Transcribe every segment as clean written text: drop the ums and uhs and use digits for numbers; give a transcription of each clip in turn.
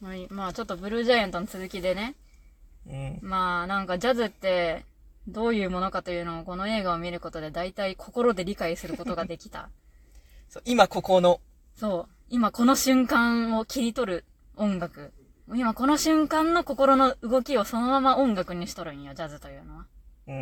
まあちょっとブルージャイアントの続きでね。 うん。 まあなんかジャズってどういうものかというのをこの映画を見ることで大体心で理解することができた。 そう、今ここの。 そう。今この瞬間を切り取る音楽。今この瞬間の心の動きをそのまま音楽にしとるんよ、ジャズというのは。 うん。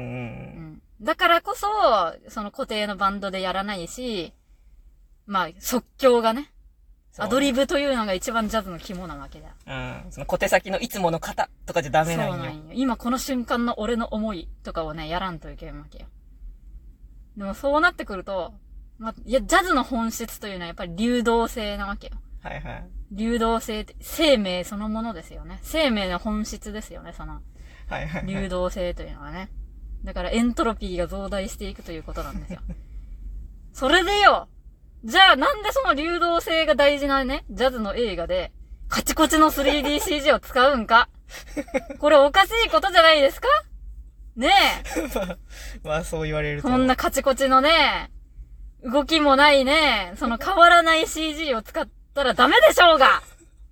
だからこそ、その固定のバンドでやらないし、まあ即興がね。アドリブというのが一番ジャズの肝なわけだ。 その小手先のいつもの型とかじゃダメなんよ。 そうなんよ。今この瞬間の俺の思いとかをね、やらんといけんわけよ。でもそうなってくると、ジャズの本質というのはやっぱり流動性なわけよ。 はいはい。 流動性って、生命そのものですよね。生命の本質ですよね、その。 はいはい。 流動性というのはね。だからエントロピーが増大していくということなんですよ。それでよ、じゃあなんでその流動性が大事なね、ジャズの映画で、カチコチの 3DCG を使うんかこれおかしいことじゃないですかねえ。まあそう言われると。 そんなカチコチのね、動きもないね、その変わらない CG を使ったらダメでしょうが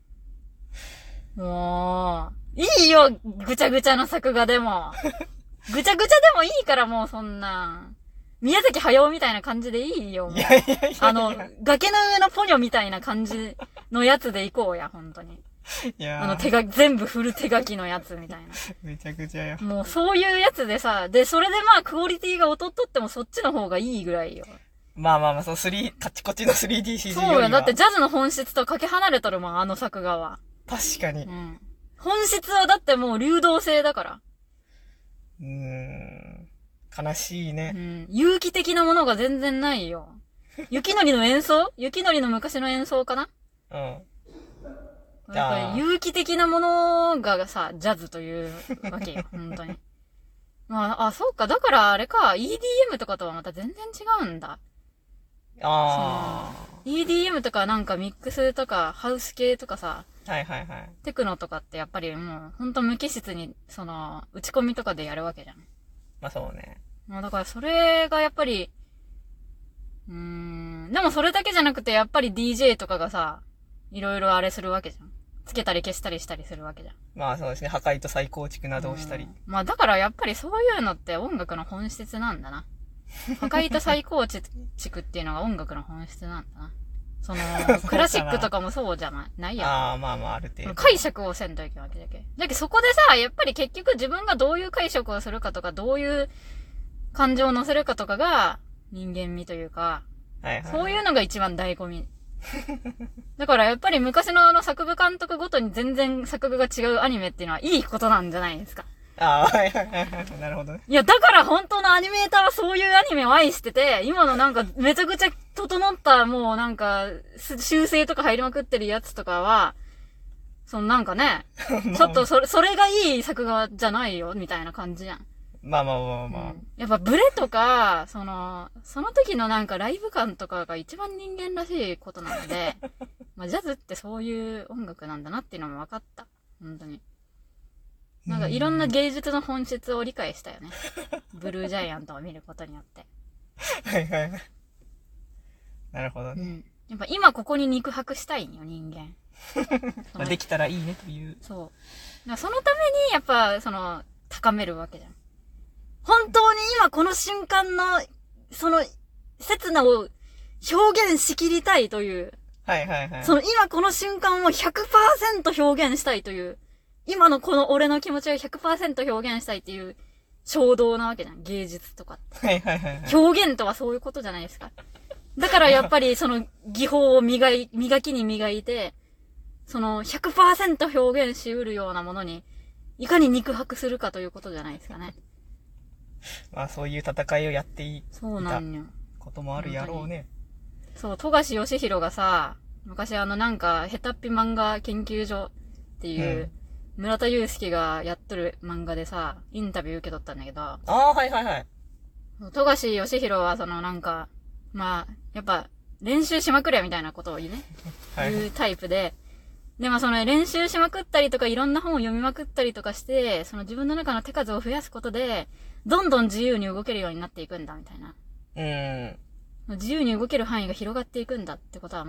もう、いいよ、ぐちゃぐちゃな作画でも。ぐちゃぐちゃでもいいからもうそんな。宮崎駿みたいな感じでいいよ。 いやいやいや崖の上のポニョみたいな感じのやつで行こうや、本当に。 いや全部フル手書きのやつみたいな。 めちゃくちゃよ。 もうそういうやつでさ、で、それでまあクオリティが劣っとってもそっちの方がいいぐらいよ。 まあ、カチコチの 3DCG よりは。 そうや、だってジャズの本質とかけ離れとるもん、あの作画は。 確かに。 本質はだってもう流動性だから。 悲しいね。 有機的なものが全然ないよ。雪のりの演奏雪のりの昔の演奏かなやっぱり有機的なものがさ、ジャズというわけよ、本当に。まあ、そうか、だからあれか、EDM とかとはまた全然違うんだ。EDM とかなんかミックスとかハウス系とかさ、 はいはいはい。 テクノとかってやっぱりもう、ほんと無機質に、打ち込みとかでやるわけじゃん。 まあそうね。 まあだからそれがやっぱり、でもそれだけじゃなくてやっぱり DJ とかがさ、いろいろあれするわけじゃん。つけたり消したりしたりするわけじゃん。 まあそうですね。破壊と再構築などをしたり。 まあだからやっぱりそういうのって音楽の本質なんだな。破壊と再構築っていうのが音楽の本質なんだな。クラシックとかもそうじゃないやん。 まあある程度。 解釈をせんといけないわけだけ。だけどそこでさ、やっぱり結局自分がどういう解釈をするかとか、どういう感情を乗せるかとかが人間味というか、そういうのが一番醍醐味。だからやっぱり昔の作画監督ごとに全然作画が違うアニメっていうのはいいことなんじゃないですか。 はい。なるほどね。 いや、だから本当のアニメーターはそういうアニメを愛してて、今のなんかめちゃくちゃ整ったもうなんか修正とか入りまくってるやつとかは、なんかね、ちょっとそれがいい作画じゃないよ、みたいな感じやん。 まあ。 やっぱブレとか、その時のなんかライブ感とかが一番人間らしいことなので、まあジャズってそういう音楽なんだなっていうのも分かった。本当に。なんかいろんな芸術の本質を理解したよね。ブルージャイアントを見ることによって。 はい。なるほどね。 やっぱ今ここに肉薄したいんよ、人間。 できたらいいねという。 そう。そのためにやっぱ高めるわけじゃん。本当に今この瞬間の、刹那を表現しきりたいという。 はい。 今この瞬間を 100% 表現したいという。今のこの俺の気持ちを 100% 表現したいっていう衝動なわけじゃん。芸術とかって。 はい。 表現とはそういうことじゃないですか。だからやっぱり技法を磨きに磨いて、100% 表現しうるようなものに、いかに肉薄するかということじゃないですかね。 まあそういう戦いをやっていたこともあるやろうね。 そう、富樫義弘がさ、昔なんか、ヘタッピ漫画研究所っていう、村田祐介がやっとる漫画でさ、インタビュー受け取ったんだけど。 はい。 富樫義弘はなんか、まあ、やっぱ、練習しまくれみたいなことを言うタイプで、で、まあ練習しまくったりとかいろんな本を読みまくったりとかして、自分の中の手数を増やすことで、どんどん自由に動けるようになっていくんだみたいな。自由に動ける範囲が広がっていくんだってことはまあ、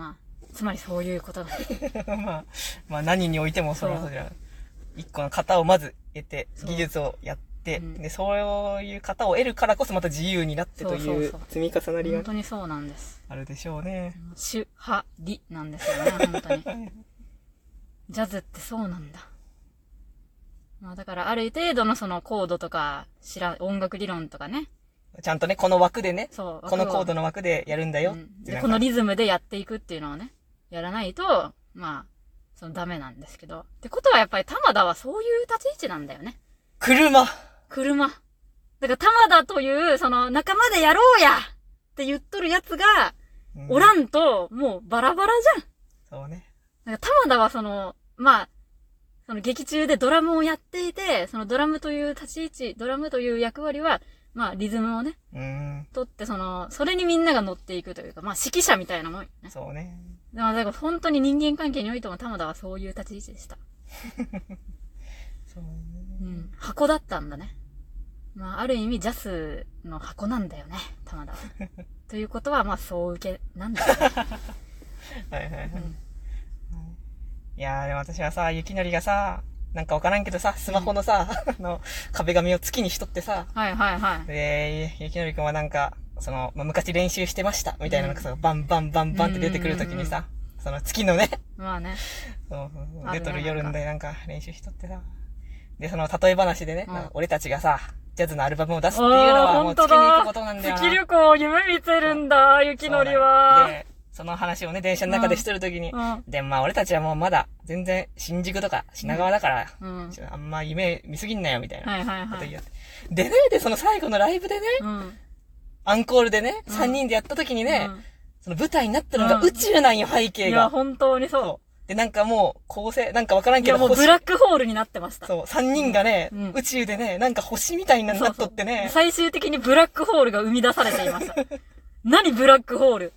つまりそういうことだ。 まあ何においてもそれじゃ一個の型をまず得て、技術をやって、で、そういう型を得るからこそまた自由になってという積み重なりが。 本当にそうなんです。 あるでしょうね。 主派理なんですよね、本当に。ジャズってそうなんだ。まあだからある程度のそのコードとか、音楽理論とかね。 ちゃんとね、この枠でね、このコードの枠でやるんだよ。 で、このリズムでやっていくっていうのをね、やらないと、まあ、ダメなんですけど。ってことはやっぱり玉田はそういう立ち位置なんだよね。 車。だから玉田という、仲間でやろうやって言っとるやつが、おらんと、もうバラバラじゃん。そうね。 だから玉田はまあ、劇中でドラムをやっていて、そのドラムという立ち位置、ドラムという役割は、まあ、リズムをね、取って、それにみんなが乗っていくというか、まあ、指揮者みたいなもんよね。 そうね。 だから本当に人間関係においても玉田はそういう立ち位置でした。 そうね。 箱だったんだね。まあ、ある意味ジャスの箱なんだよね、玉田は。ということは、まあ、そう受け、なんだよね。 はいはいはい。いやー、でも私はさ、雪のりがさ、なんかわからんけどさ、スマホのさ、壁紙を月にしとってさ。 はいはいはい。 で、雪のりくんはなんか、昔練習してました、みたいなのがさ、バンバンバンバンって出てくるときにさ、その月のね、 まあね。 出とる夜でなんか練習しとってさ。で、例え話でね、俺たちがさ、ジャズのアルバムを出すっていうのはもう月に行くことなんだよな。 月旅行を夢見てるんだ、雪のりは。 で、その話をね、電車の中でしとるときに、で、まあ俺たちはもうまだ全然新宿とか品川だから、あんま夢見すぎんなよ、みたいなこと言って。でね、その最後のライブでね、アンコールでね、3人でやったときにね、その舞台になったのが宇宙なんよ、背景が。 いや、本当にそう。 で、なんかもう、構成、なんかわからんけど、 もうブラックホールになってました。 そう、3人がね、宇宙でね、なんか星みたいになっとってね。 最終的にブラックホールが生み出されていました。何ブラックホール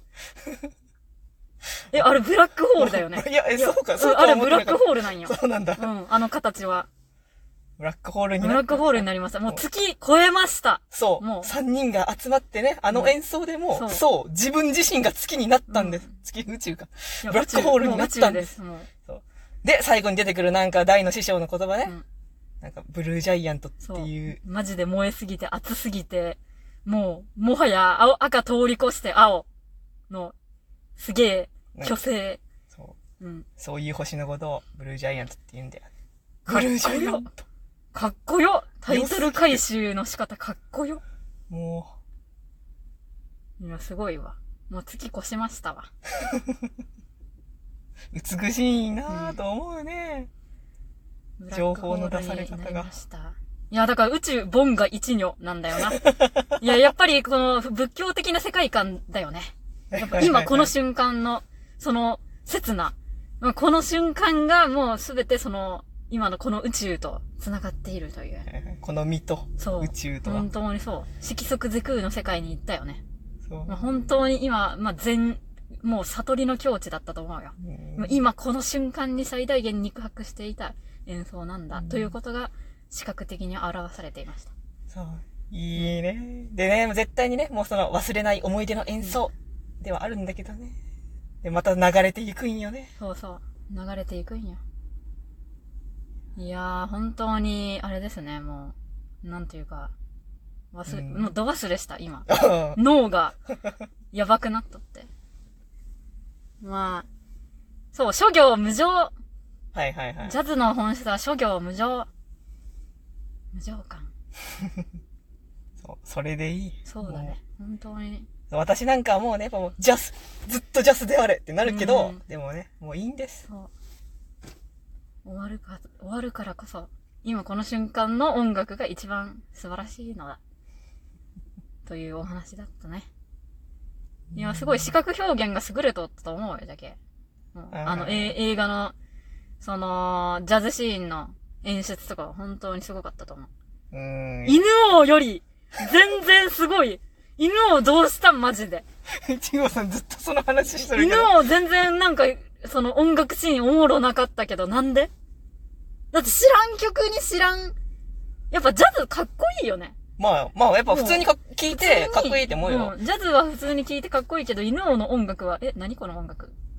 あれブラックホールだよね。 いや、そうか、 あれブラックホールなんよ。 そうなんだ。 あの形は。 ブラックホールにブラックホールになりました。もう月超えました。 そう。もう3人が集まってね、あの演奏でも、そう、自分自身が月になったんです。月、宇宙か。ブラックホールになったんです。そう。で、最後に出てくるなんか大の師匠の言葉ね。なんか、ブルージャイアントっていう。 マジで燃えすぎて、熱すぎて、もはや赤通り越して青の、すげえ、巨星。 そう。そういう星のことを、ブルージャイアントって言うんだよ。ブルージャイアント。 かっこよ。タイトル回収の仕方かっこよ。 もう。いや、すごいわ。もう月越しましたわ。 美しいなぁと思うね。情報の出され方が。 いや、だから宇宙、ボンが一女なんだよな。いや、やっぱりこの仏教的な世界観だよね。やっぱ今この瞬間の、刹那。この瞬間がもうすべて今のこの宇宙と繋がっているという。 この身と宇宙とは。 本当にそう。色即是空の世界に行ったよね。 そう。 本当に今、もう悟りの境地だったと思うよ。今この瞬間に最大限肉薄していた演奏なんだ、ということが視覚的に表されていました。 そう。いいね。でね、絶対にね、もう忘れない思い出の演奏ではあるんだけどね。で、また流れていくんよね。 そうそう。流れていくんよ。いやー、本当に、あれですね、もう、なんていうか、もう度忘れした、今。脳が、やばくなっとって。まあ、そう、諸行無常。 はいはいはい。 ジャズの本質は諸行無常。無常感。 そう、それでいい。 そうだね、本当に。 私なんかはもうね、もうジャス、ずっとジャスであれってなるけど、でもね、もういいんです。そう。 終わるからこそ、今この瞬間の音楽が一番素晴らしいのだ。というお話だったね。いや、すごい視覚表現が優れとったと思うよ、だけ。映画の、ジャズシーンの演出とかは本当にすごかったと思う。犬王より、全然すごい。犬王どうしたんマジで。 ちごさんずっとその話してるけど。 犬王全然なんか、音楽シーンおもろなかったけど、なんで？だって知らん曲に知らん。やっぱジャズかっこいいよね。 まあ、やっぱ普通に聴いてかっこいいって思うよ。 ジャズは普通に聴いてかっこいいけど、犬王の音楽は、何この音楽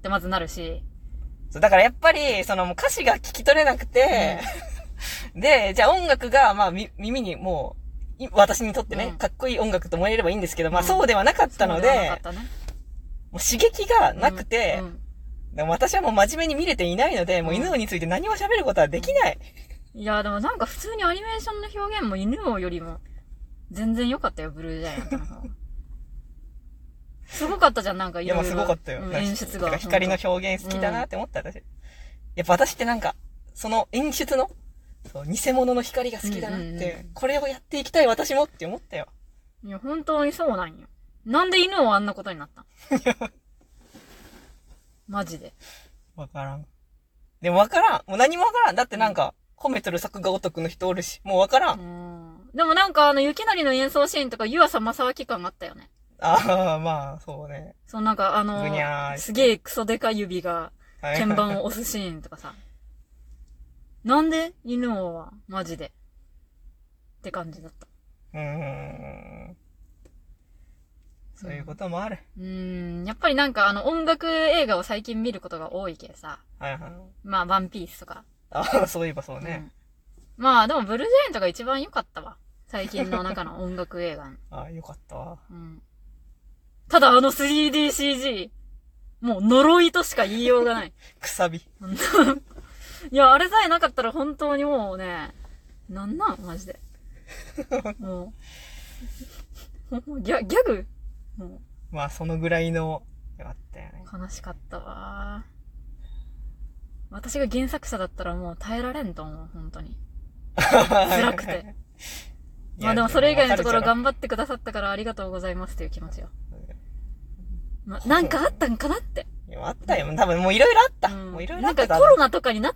ってまずなるし。 そう、だからやっぱり、もう歌詞が聞き取れなくて、で、じゃあ音楽が、まあ、耳にもう、私にとってね、かっこいい音楽と思えればいいんですけど、まあそうではなかったので、もう刺激がなくて、でも私はもう真面目に見れていないので、もう犬王について何も喋ることはできない。 いや、でもなんか普通にアニメーションの表現も犬王よりも全然良かったよ、ブルージャイアントの方。すごかったじゃん、なんかいろいろ。 いや、もうすごかったよ。 演出が。 光の表現好きだなって思った、私。やっぱ私ってなんか、その演出の、そう、偽物の光が好きだなって、これをやっていきたい私もって思ったよ。 いや、本当にそうなんよ。なんで犬王あんなことになったんマジで。 わからん。でもわからん。もう何もわからん。だってなんか、褒めてる作画オタクの人おるし、もうわからん。 でもなんか雪なりの演奏シーンとか湯浅正明感あったよね。 ああ、まあ、そうね。 そうなんかすげえクソデカ指が鍵盤を押すシーンとかさ。なんで犬王はマジでって感じだった。 そういうこともある。 やっぱりなんか音楽映画を最近見ることが多いけさ。まあ、ワンピースとか。 ああ、そういえばそうね。 まあ、でもブルージャイアントが一番良かったわ。最近の中の音楽映画の。 ああ、良かったわ。 ただ3DCG、もう呪いとしか言いようがない。 くさび。 いや、あれさえなかったら本当にもうね、なんマジで。もう、ギャグまあ、そのぐらいの、よかったよね。 悲しかったわ。私が原作者だったらもう耐えられんと思う、本当に。辛くて。まあでもそれ以外のところ頑張ってくださったからありがとうございますっていう気持ちよ。なんかあったんかなって。 あったよ。多分もういろいろあった。もういろいろあった。 なんかコロナとかにな